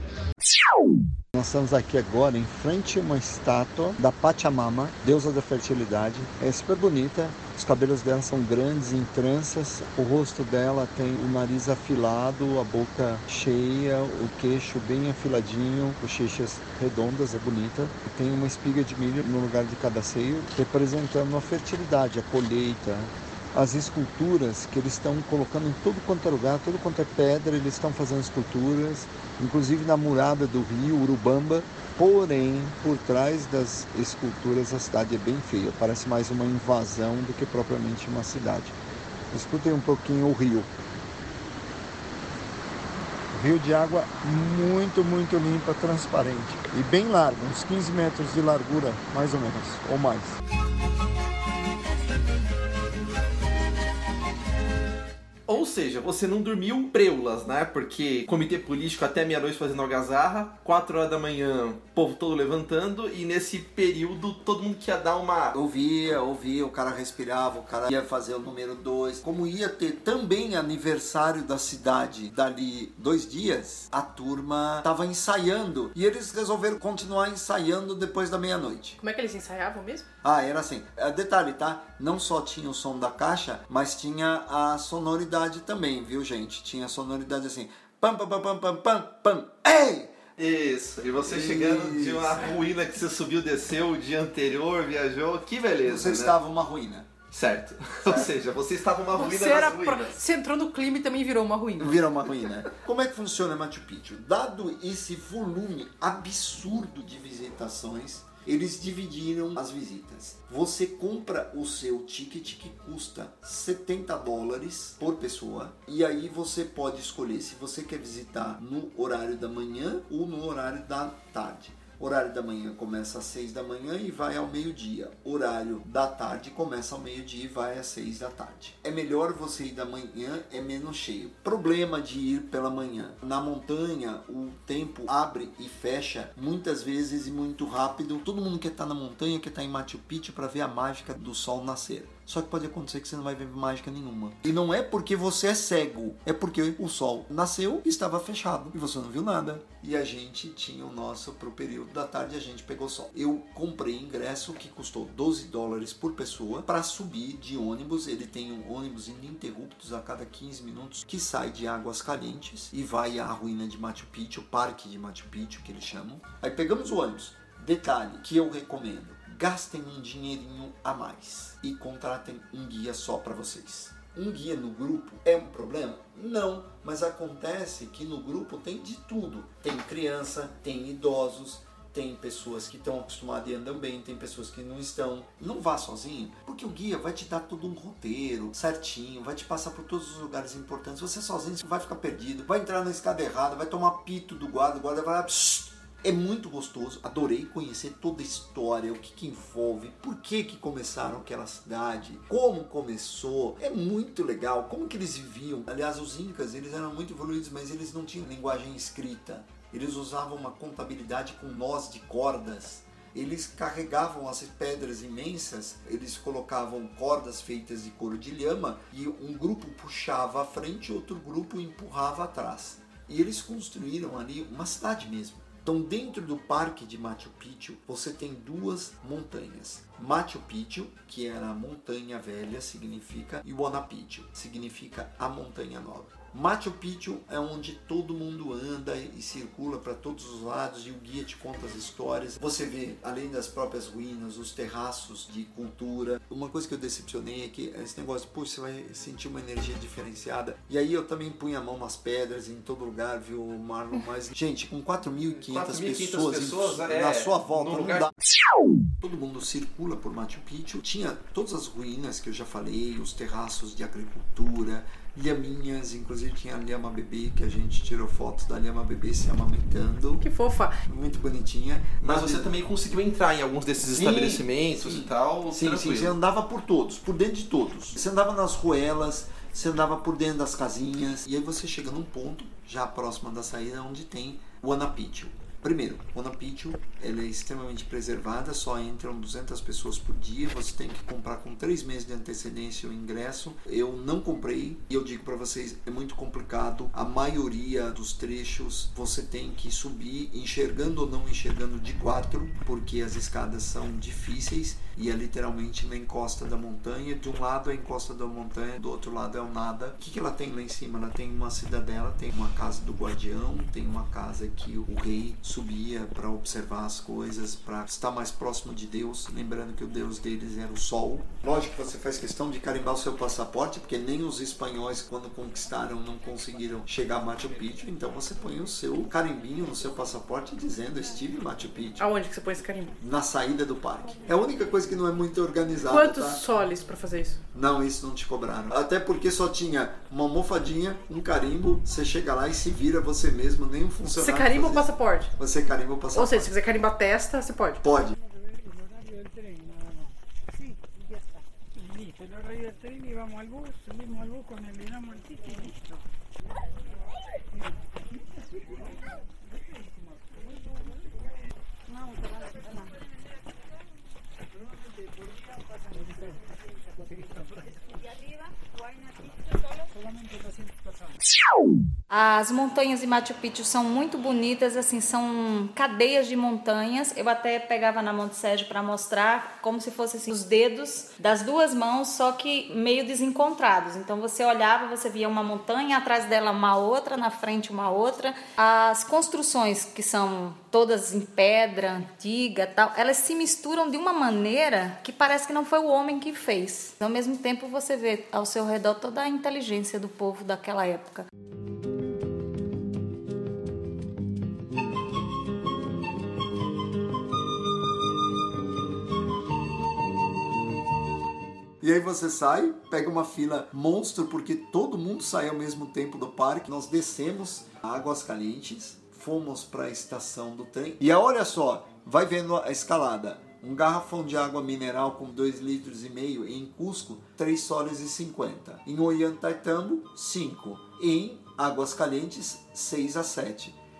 Nós estamos aqui agora em frente a uma estátua da Pachamama, deusa da fertilidade. É super bonita, os cabelos dela são grandes, em tranças, o rosto dela tem o nariz afilado, a boca cheia, o queixo bem afiladinho, bochechas redondas, é bonita. Tem uma espiga de milho no lugar de cada seio, representando a fertilidade, a colheita. As esculturas que eles estão colocando em todo quanto é lugar, todo quanto é pedra, eles estão fazendo esculturas, inclusive na murada do rio Urubamba. Porém, por trás das esculturas, a cidade é bem feia, parece mais uma invasão do que propriamente uma cidade. Escutem um pouquinho o rio. Rio de água muito, muito limpa, transparente e bem largo, uns quinze metros de largura, mais ou menos, ou mais. Ou seja, você não dormiu preulas, né? Porque comitê político até meia-noite fazendo algazarra, quatro horas da manhã, o povo todo levantando, e nesse período todo mundo quer dar uma... Ouvia, ouvia, o cara respirava, o cara ia fazer o número dois. Como ia ter também aniversário da cidade dali dois dias, a turma tava ensaiando, e eles resolveram continuar ensaiando depois da meia-noite. Como é que eles ensaiavam mesmo? Ah, era assim. Detalhe, tá? Não só tinha o som da caixa, mas tinha a sonoridade também, viu, gente? Tinha a sonoridade assim. Pam, pam, pam, pam, pam, pam, pam. Ei! Isso. E você chegando Isso. de uma ruína que você subiu, desceu o dia anterior, viajou. Que beleza, Você né? estava uma ruína. Certo. certo. Ou seja, você estava uma ruína você nas era ruínas. Pro... Você entrou no clima e também virou uma ruína. Virou uma ruína. Como é que funciona Machu Picchu? Dado esse volume absurdo de visitações, eles dividiram as visitas. Você compra o seu ticket que custa setenta dólares por pessoa. E aí você pode escolher se você quer visitar no horário da manhã ou no horário da tarde. Horário da manhã começa às seis da manhã e vai ao meio-dia. Horário da tarde começa ao meio-dia e vai às seis da tarde. É melhor você ir da manhã, é menos cheio. Problema de ir pela manhã. Na montanha, o tempo abre e fecha muitas vezes e muito rápido. Todo mundo quer estar na montanha, quer estar em Machu Picchu para ver a mágica do sol nascer. Só que pode acontecer que você não vai ver mágica nenhuma. E não é porque você é cego, é porque o sol nasceu e estava fechado e você não viu nada. E a gente tinha o nosso, pro período da tarde, a gente pegou sol. Eu comprei ingresso que custou doze dólares por pessoa para subir de ônibus. Ele tem um ônibus ininterruptos a cada quinze minutos que sai de Águas Calientes e vai à ruína de Machu Picchu, o parque de Machu Picchu que eles chamam. Aí pegamos o ônibus. Detalhe que eu recomendo. Gastem um dinheirinho a mais e contratem um guia só para vocês. Um guia no grupo é um problema? Não, mas acontece que no grupo tem de tudo. Tem criança, tem idosos, tem pessoas que estão acostumadas e andam bem, tem pessoas que não estão. Não vá sozinho, porque o guia vai te dar todo um roteiro certinho, vai te passar por todos os lugares importantes. Você sozinho você vai ficar perdido, vai entrar na escada errada, vai tomar pito do guarda, o guarda vai... Psst, é muito gostoso, adorei conhecer toda a história, o que, que envolve, por que, que começaram aquela cidade, como começou, é muito legal, como que eles viviam. Aliás, os incas, eles eram muito evoluídos, mas eles não tinham linguagem escrita, eles usavam uma contabilidade com nós de cordas, eles carregavam as pedras imensas, eles colocavam cordas feitas de couro de lhama e um grupo puxava à frente e outro grupo empurrava atrás. E eles construíram ali uma cidade mesmo. Então, dentro do parque de Machu Picchu, você tem duas montanhas. Machu Picchu, que era a montanha velha, significa, e Huayna Picchu, significa a montanha nova. Machu Picchu é onde todo mundo anda e circula para todos os lados e o guia te conta as histórias. Você vê, além das próprias ruínas, os terraços de cultura. Uma coisa que eu decepcionei é que esse negócio, pô, você vai sentir uma energia diferenciada. E aí eu também punha a mão nas pedras em todo lugar, viu, Marlon? Mas, gente, com quatro mil e quinhentas pessoas, pessoas é, na sua volta, não lugar... dá. Todo mundo circula por Machu Picchu. Tinha todas as ruínas que eu já falei, os terraços de agricultura, lhaminhas, inclusive tinha a lhama bebê, que a gente tirou fotos da lhama bebê se amamentando. Que fofa! Muito bonitinha. Mas você também conseguiu entrar em alguns desses sim, estabelecimentos sim. e tal? Sim, tranquilo. Sim, você andava por todos, por dentro de todos. Você andava nas ruelas, você andava por dentro das casinhas, e aí você chega num ponto, já próximo da saída, onde tem o Huayna Picchu. Primeiro, Huayna Picchu, ela é extremamente preservada, só entram duzentas pessoas por dia, você tem que comprar com três meses de antecedência o ingresso. Eu não comprei e eu digo para vocês, é muito complicado. A maioria dos trechos você tem que subir enxergando ou não enxergando de quatro, porque as escadas são difíceis e é literalmente na encosta da montanha. De um lado é a encosta da montanha, do outro lado é o nada. O que, que ela tem lá em cima? Ela tem uma cidadela, tem uma casa do guardião, tem uma casa que o rei subia para observar as coisas, para estar mais próximo de Deus, lembrando que o Deus deles era o sol. Lógico que você faz questão de carimbar o seu passaporte, porque nem os espanhóis, quando conquistaram, não conseguiram chegar a Machu Picchu, então você põe o seu carimbinho no seu passaporte dizendo estive em Machu Picchu. Aonde que você põe esse carimbo? Na saída do parque. É a única coisa que não é muito organizada. Quantos tá? soles para fazer isso? Não, isso não te cobraram. Até porque só tinha uma almofadinha, um carimbo, você chega lá e se vira você mesmo, nem um funcionário. Você carimba o passaporte? Você carimba o passaporte. Ou seja, se quiser carimbar a testa, você pode? Pode. As montanhas de Machu Picchu são muito bonitas, assim, são cadeias de montanhas. Eu até pegava na mão de Sérgio para mostrar como se fossem assim, os dedos das duas mãos, só que meio desencontrados. Então você olhava, você via uma montanha, atrás dela uma outra, na frente uma outra. As construções, que são todas em pedra, antiga, tal, elas se misturam de uma maneira que parece que não foi o homem que fez. Ao mesmo tempo você vê ao seu redor toda a inteligência do povo daquela época. E aí você sai, pega uma fila monstro, porque todo mundo sai ao mesmo tempo do parque. Nós descemos a Águas Calientes, fomos para a estação do trem. E olha só, vai vendo a escalada. Um garrafão de água mineral com dois litros e meio em Cusco, três soles e cinquenta. Em Ollantaytambo, cinco. Em Águas Calientes, seis a sete.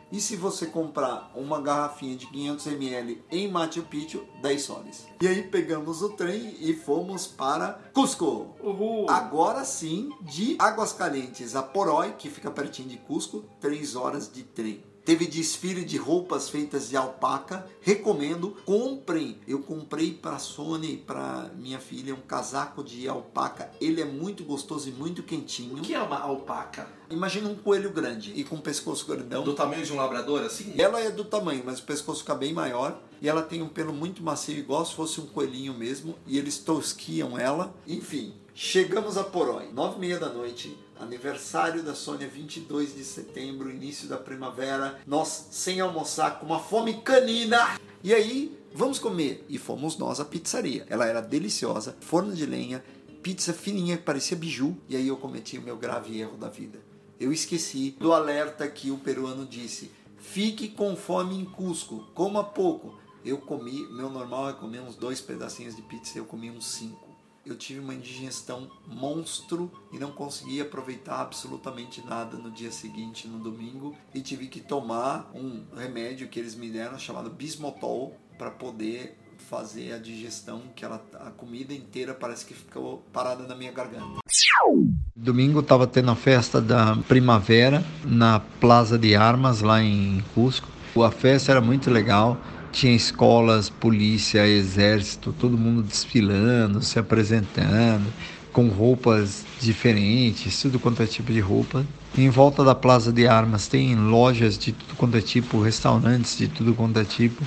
E se você comprar uma garrafinha de quinhentos mililitros em Machu Picchu, dez soles. E aí pegamos o trem e fomos para Cusco. Uhul. Agora sim, de Aguascalientes a Poroy, que fica pertinho de Cusco, três horas de trem. Teve desfile de roupas feitas de alpaca. Recomendo, comprem. Eu comprei para Sônia e para minha filha um casaco de alpaca. Ele é muito gostoso e muito quentinho. O que é uma alpaca? Imagina um coelho grande e com um pescoço grandão. Do tamanho de um labrador, assim? Ela é do tamanho, mas o pescoço fica bem maior. E ela tem um pelo muito macio, igual se fosse um coelhinho mesmo. E eles tosquiam ela. Enfim, chegamos a Poroy, nove e meia da noite. Aniversário da Sônia, vinte e dois de setembro, início da primavera. Nós sem almoçar, com uma fome canina. E aí, vamos comer. E fomos nós à pizzaria. Ela era deliciosa, forno de lenha, pizza fininha que parecia biju. E aí eu cometi o meu grave erro da vida. Eu esqueci do alerta que o peruano disse: fique com fome em Cusco, coma pouco. Eu comi, meu normal é comer uns dois pedacinhos de pizza, eu comi uns cinco. Eu tive uma indigestão monstro e não consegui aproveitar absolutamente nada no dia seguinte, no domingo, e tive que tomar um remédio que eles me deram chamado Bismotol para poder fazer a digestão, que ela, a comida inteira parece que ficou parada na minha garganta. Domingo estava tendo a festa da primavera na Plaza de Armas lá em Cusco. A festa era muito legal. Tinha escolas, polícia, exército, todo mundo desfilando, se apresentando, com roupas diferentes, tudo quanto é tipo de roupa. Em volta da Plaza de Armas tem lojas de tudo quanto é tipo, restaurantes de tudo quanto é tipo.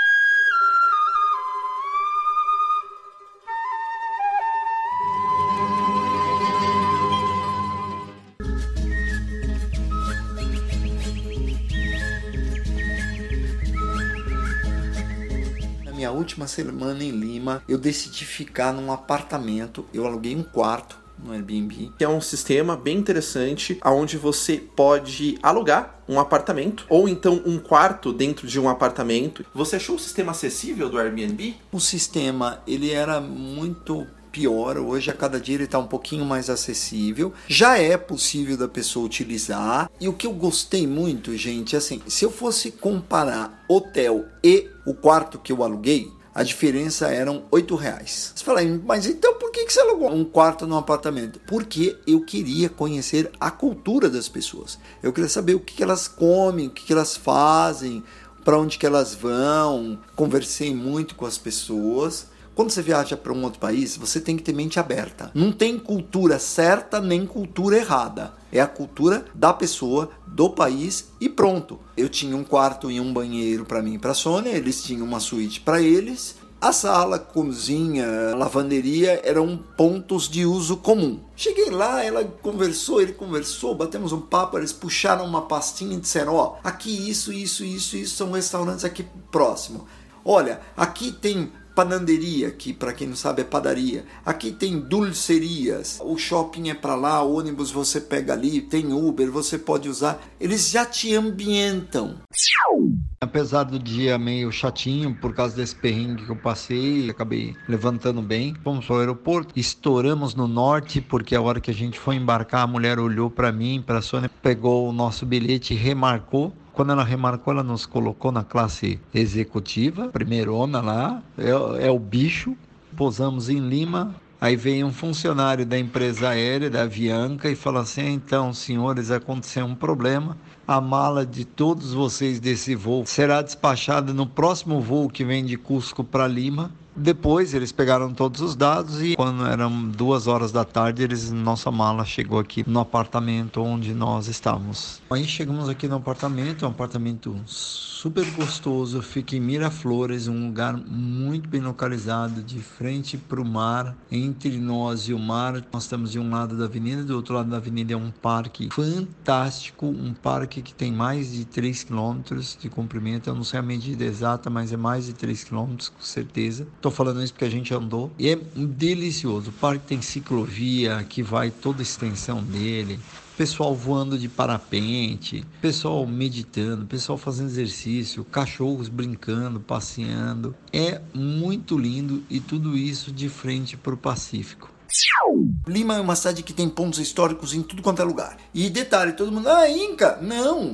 Minha última semana em Lima, eu decidi ficar num apartamento. Eu aluguei um quarto no Airbnb. Que é um sistema bem interessante, onde você pode alugar um apartamento, ou então um quarto dentro de um apartamento. Você achou o sistema acessível do Airbnb? O sistema, ele era muito pior. Hoje, a cada dia, ele está um pouquinho mais acessível. Já é possível da pessoa utilizar. E o que eu gostei muito, gente, assim, se eu fosse comparar hotel e o quarto que eu aluguei, a diferença eram oito reais. Você fala, mas então por que você alugou um quarto num apartamento? Porque eu queria conhecer a cultura das pessoas. Eu queria saber o que elas comem, o que elas fazem, para onde que elas vão. Conversei muito com as pessoas. Quando você viaja para um outro país, você tem que ter mente aberta. Não tem cultura certa nem cultura errada. É a cultura da pessoa, do país e pronto. Eu tinha um quarto e um banheiro para mim e para a Sônia, eles tinham uma suíte para eles. A sala, cozinha, lavanderia eram pontos de uso comum. Cheguei lá, ela conversou, ele conversou, batemos um papo, eles puxaram uma pastinha e disseram, ó, aqui isso, isso, isso, isso, são restaurantes aqui próximo. Olha, aqui tem panaderia, que para quem não sabe é padaria. Aqui tem dulcerias. O shopping é para lá, o ônibus você pega ali, tem Uber, você pode usar. Eles já te ambientam. Apesar do dia meio chatinho, por causa desse perrengue que eu passei, acabei levantando bem. Fomos para o aeroporto, estouramos no norte, porque a hora que a gente foi embarcar, a mulher olhou para mim, para a Sônia, pegou o nosso bilhete e remarcou. Quando ela remarcou, ela nos colocou na classe executiva, primeirona lá, é, é o bicho. Pousamos em Lima, aí veio um funcionário da empresa aérea, da Avianca, e falou assim, então, senhores, aconteceu um problema. A mala de todos vocês desse voo será despachada no próximo voo que vem de Cusco para Lima. Depois eles pegaram todos os dados e quando eram duas horas da tarde, eles, nossa mala chegou aqui no apartamento onde nós estávamos. Aí chegamos aqui no apartamento, um apartamento super gostoso, fica em Miraflores, um lugar muito bem localizado, de frente para o mar, entre nós e o mar. Nós estamos de um lado da avenida, do outro lado da avenida é um parque fantástico, um parque que tem mais de três quilômetros de comprimento, eu não sei a medida exata, mas é mais de três quilômetros com certeza. Estou falando isso porque a gente andou e é delicioso. O parque tem ciclovia que vai toda a extensão dele, pessoal voando de parapente, pessoal meditando, pessoal fazendo exercício, cachorros brincando, passeando. É muito lindo e tudo isso de frente para o Pacífico. Lima é uma cidade que tem pontos históricos em tudo quanto é lugar. E detalhe, todo mundo, ah, Inca? Não!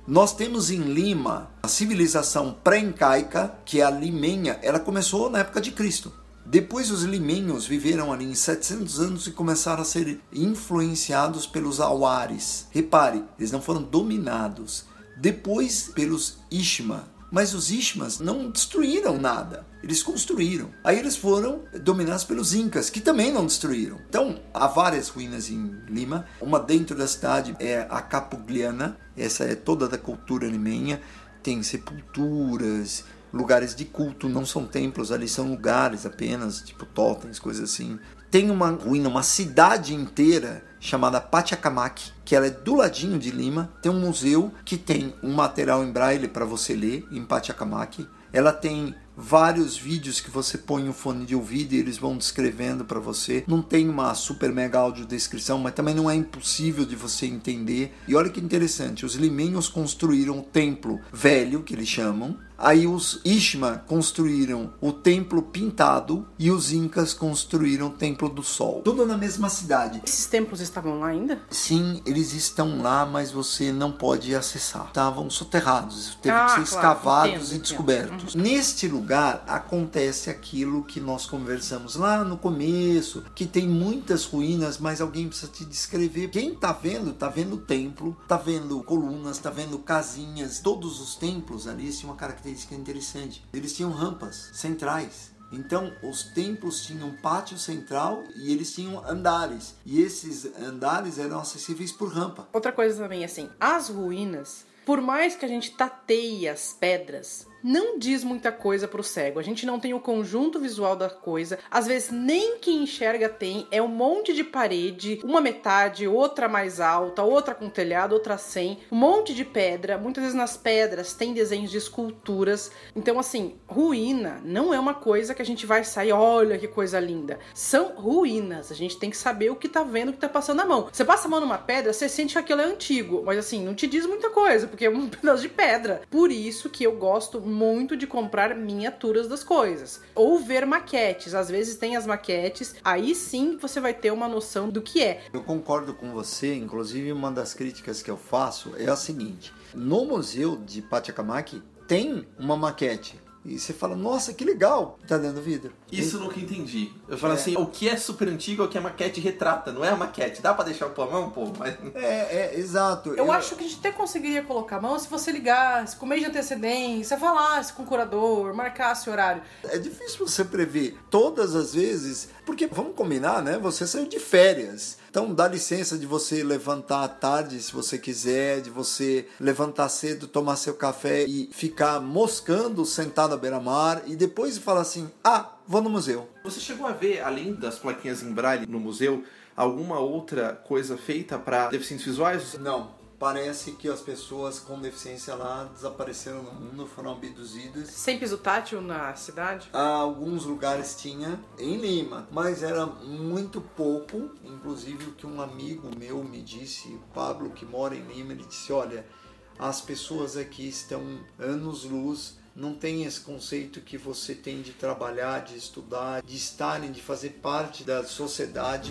Nós temos em Lima a civilização pré-incaica, que é a limenha, ela começou na época de Cristo. Depois os limenhos viveram ali em setecentos anos e começaram a ser influenciados pelos auares. Repare, eles não foram dominados. Depois pelos Ishma. Mas os Ishmas não destruíram nada. Eles construíram. Aí eles foram dominados pelos Incas, que também não destruíram. Então, há várias ruínas em Lima. Uma dentro da cidade é a Capugliana. Essa é toda da cultura limenha. Tem sepulturas, lugares de culto. Não são templos, ali são lugares apenas, tipo totens, coisas assim. Tem uma ruína, uma cidade inteira chamada Pachacamac, que ela é do ladinho de Lima. Tem um museu que tem um material em braille para você ler em Pachacamac. Ela tem vários vídeos que você põe o fone de ouvido e eles vão descrevendo para você. Não tem uma super mega audiodescrição, mas também não é impossível de você entender. E olha que interessante, os limenhos construíram o templo velho, que eles chamam. Aí os Ishma construíram o templo pintado e os Incas construíram o templo do sol. Tudo na mesma cidade. Esses templos estavam lá ainda? Sim, eles estão lá, mas você não pode acessar. Estavam soterrados, teve ah, que ser claro, escavados entendo, e descobertos. Uhum. Neste lugar acontece aquilo que nós conversamos lá no começo, que tem muitas ruínas, mas alguém precisa te descrever. Quem está vendo, está vendo o templo, está vendo colunas, está vendo casinhas. Todos os templos ali tinham uma característica interessante. Eles tinham rampas centrais. Então, os templos tinham um pátio central e eles tinham andares. E esses andares eram acessíveis por rampa. Outra coisa também, assim, as ruínas, por mais que a gente tateie as pedras, não diz muita coisa pro cego. A gente não tem o conjunto visual da coisa. Às vezes nem quem enxerga tem. É um monte de parede, uma metade, outra mais alta, outra com telhado, outra sem. Um monte de pedra. Muitas vezes nas pedras tem desenhos de esculturas. Então, assim, ruína não é uma coisa que a gente vai sair, olha que coisa linda. São ruínas. A gente tem que saber o que tá vendo, o que tá passando na mão. Você passa a mão numa pedra, você sente que aquilo é antigo. Mas, assim, não te diz muita coisa, porque é um pedaço de pedra. Por isso que eu gosto muito de comprar miniaturas das coisas ou ver maquetes. Às vezes tem as maquetes, aí sim você vai ter uma noção do que é. Eu concordo com você, inclusive uma das críticas que eu faço é a seguinte: no museu de Pachacamac tem uma maquete e você fala, nossa, que legal, tá dando vida. Isso eu nunca entendi. Eu falo é. assim, o que é super antigo é o que a maquete retrata, não é a maquete. Dá pra deixar o mão, pô? Mas... É, é, exato. Eu, eu acho que a gente até conseguiria colocar a mão se você ligasse com mês de antecedência, falasse com o curador, marcasse o horário. É difícil você prever todas as vezes, porque vamos combinar, né? Você saiu de férias. Então dá licença de você levantar à tarde, se você quiser, de você levantar cedo, tomar seu café e ficar moscando sentado à beira-mar e depois falar assim, ah, vou no museu. Você chegou a ver, além das plaquinhas em braille no museu, alguma outra coisa feita para deficientes visuais? Não. Parece que as pessoas com deficiência lá desapareceram no mundo, foram abduzidas. Sem piso tátil na cidade? Há alguns lugares tinha, em Lima, mas era muito pouco. Inclusive o que um amigo meu me disse, o Pablo, que mora em Lima, ele disse, olha, as pessoas aqui estão anos-luz, não tem esse conceito que você tem de trabalhar, de estudar, de estarem, de fazer parte da sociedade.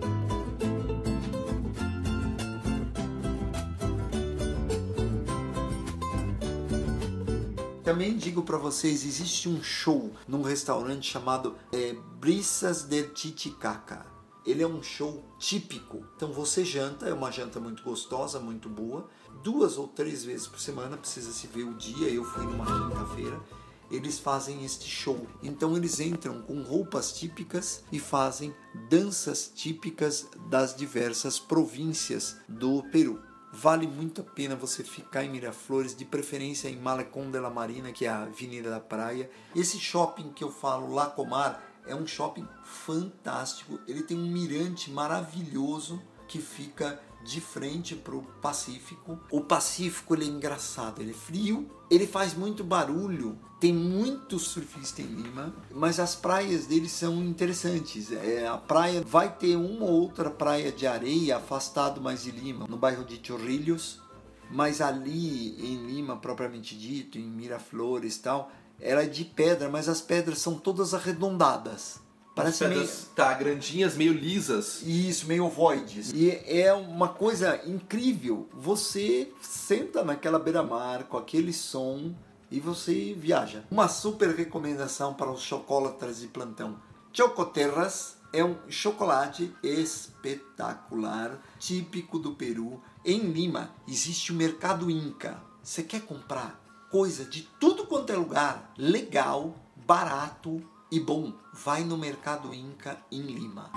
Também digo para vocês, existe um show num restaurante chamado é, Brisas del Titicaca. Ele é um show típico. Então você janta, é uma janta muito gostosa, muito boa. Duas ou três vezes por semana, precisa se ver o dia. Eu fui numa quinta-feira. Eles fazem este show. Então eles entram com roupas típicas e fazem danças típicas das diversas províncias do Peru. Vale muito a pena você ficar em Miraflores, de preferência em Malecón de la Marina, que é a Avenida da Praia. Esse shopping que eu falo, Lacomar, é um shopping fantástico. Ele tem um mirante maravilhoso que fica de frente para o Pacífico. O Pacífico ele é engraçado, ele é frio, ele faz muito barulho. Tem muito surfista em Lima, mas as praias deles são interessantes. É, a praia vai ter uma ou outra praia de areia afastado mais de Lima, no bairro de Chorrillos, mas ali em Lima, propriamente dito, em Miraflores e tal, ela é de pedra, mas as pedras são todas arredondadas. Parece pedras, meio... tá, grandinhas, meio lisas. Isso, meio ovoides. E é uma coisa incrível. Você senta naquela beira-mar com aquele som e você viaja. Uma super recomendação para os chocólatras de plantão. Chocoterras é um chocolate espetacular, típico do Peru. Em Lima existe o mercado Inca. Você quer comprar coisa de tudo quanto é lugar, legal, barato e bom? Vai no mercado Inca em Lima.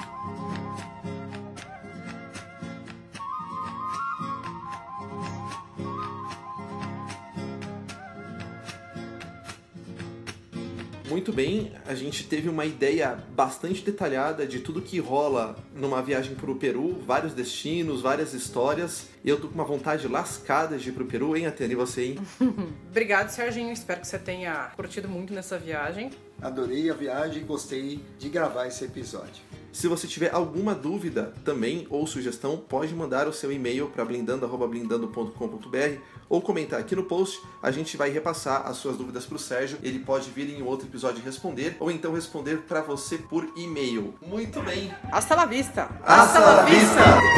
Muito bem, a gente teve uma ideia bastante detalhada de tudo que rola numa viagem pro Peru, vários destinos, várias histórias, e eu tô com uma vontade lascada de ir pro Peru, hein, Atena? E você, hein? Obrigado, Serginho, espero que você tenha curtido muito nessa viagem. Adorei a viagem e gostei de gravar esse episódio. Se você tiver alguma dúvida também ou sugestão, pode mandar o seu e-mail para blindando arroba blindando ponto com ponto b r ou comentar aqui no post. A gente vai repassar as suas dúvidas para o Sérgio. Ele pode vir em outro episódio responder ou então responder para você por e-mail. Muito bem. Hasta la vista. Hasta la vista.